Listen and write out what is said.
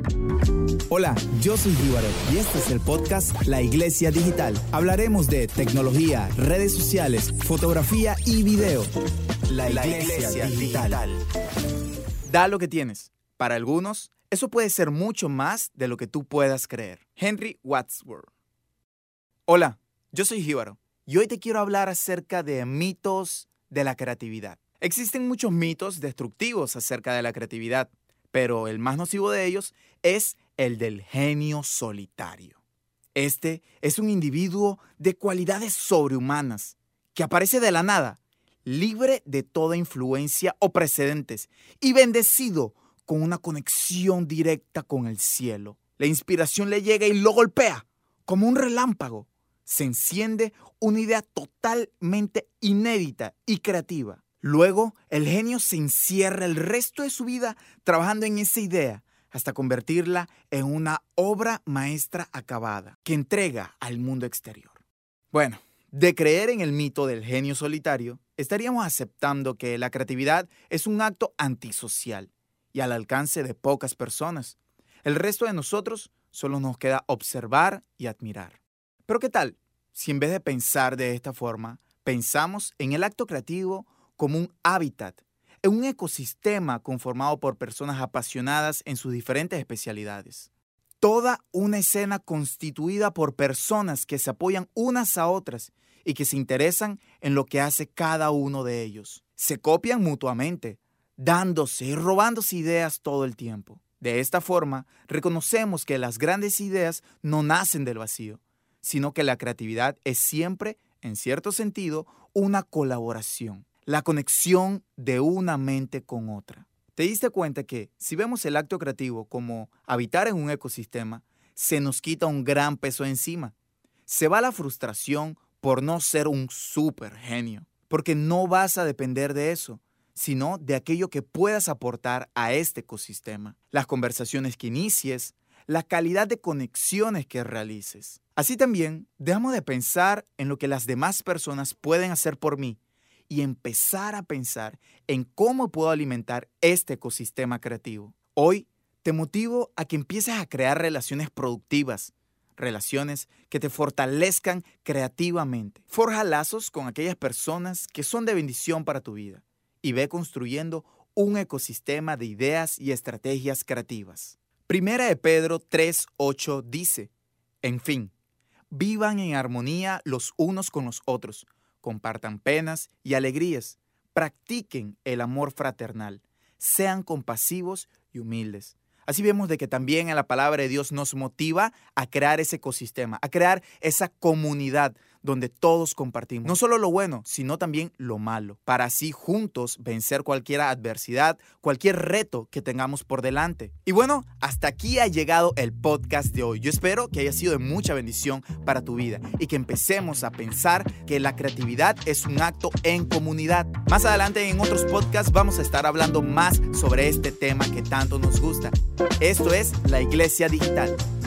Hola, yo soy Jíbaro y este es el podcast La Iglesia Digital. Hablaremos de tecnología, redes sociales, fotografía y video. La Iglesia Digital. Da lo que tienes. Para algunos, eso puede ser mucho más de lo que tú puedas creer. Henry Wadsworth. Hola, yo soy Jíbaro y hoy te quiero hablar acerca de mitos de la creatividad. Existen muchos mitos destructivos acerca de la creatividad, pero el más nocivo de ellos es el del genio solitario. Este es un individuo de cualidades sobrehumanas que aparece de la nada, libre de toda influencia o precedentes y bendecido con una conexión directa con el cielo. La inspiración le llega y lo golpea como un relámpago. Se enciende una idea totalmente inédita y creativa. Luego, el genio se encierra el resto de su vida trabajando en esa idea hasta convertirla en una obra maestra acabada que entrega al mundo exterior. Bueno, de creer en el mito del genio solitario, estaríamos aceptando que la creatividad es un acto antisocial y al alcance de pocas personas. El resto de nosotros solo nos queda observar y admirar. Pero ¿qué tal si en vez de pensar de esta forma, pensamos en el acto creativo como un hábitat, en un ecosistema conformado por personas apasionadas en sus diferentes especialidades? Toda una escena constituida por personas que se apoyan unas a otras y que se interesan en lo que hace cada uno de ellos. Se copian mutuamente, dándose y robándose ideas todo el tiempo. De esta forma, reconocemos que las grandes ideas no nacen del vacío, sino que la creatividad es siempre, en cierto sentido, una colaboración. La conexión de una mente con otra. ¿Te diste cuenta que si vemos el acto creativo como habitar en un ecosistema, se nos quita un gran peso encima? Se va la frustración por no ser un súper genio, porque no vas a depender de eso, sino de aquello que puedas aportar a este ecosistema. Las conversaciones que inicies, la calidad de conexiones que realices. Así también, dejamos de pensar en lo que las demás personas pueden hacer por mí y empezar a pensar en cómo puedo alimentar este ecosistema creativo. Hoy te motivo a que empieces a crear relaciones productivas, relaciones que te fortalezcan creativamente. Forja lazos con aquellas personas que son de bendición para tu vida y ve construyendo un ecosistema de ideas y estrategias creativas. Primera de Pedro 3:8 dice, en fin, vivan en armonía los unos con los otros, compartan penas y alegrías, practiquen el amor fraternal, sean compasivos y humildes. Así vemos de que también en la palabra de Dios nos motiva a crear ese ecosistema, a crear esa comunidad donde todos compartimos no solo lo bueno, sino también lo malo, para así juntos vencer cualquier adversidad, cualquier reto que tengamos por delante. Y bueno, hasta aquí ha llegado el podcast de hoy. Yo espero que haya sido de mucha bendición para tu vida y que empecemos a pensar que la creatividad es un acto en comunidad. Más adelante en otros podcasts vamos a estar hablando más sobre este tema que tanto nos gusta. Esto es La Iglesia Digital.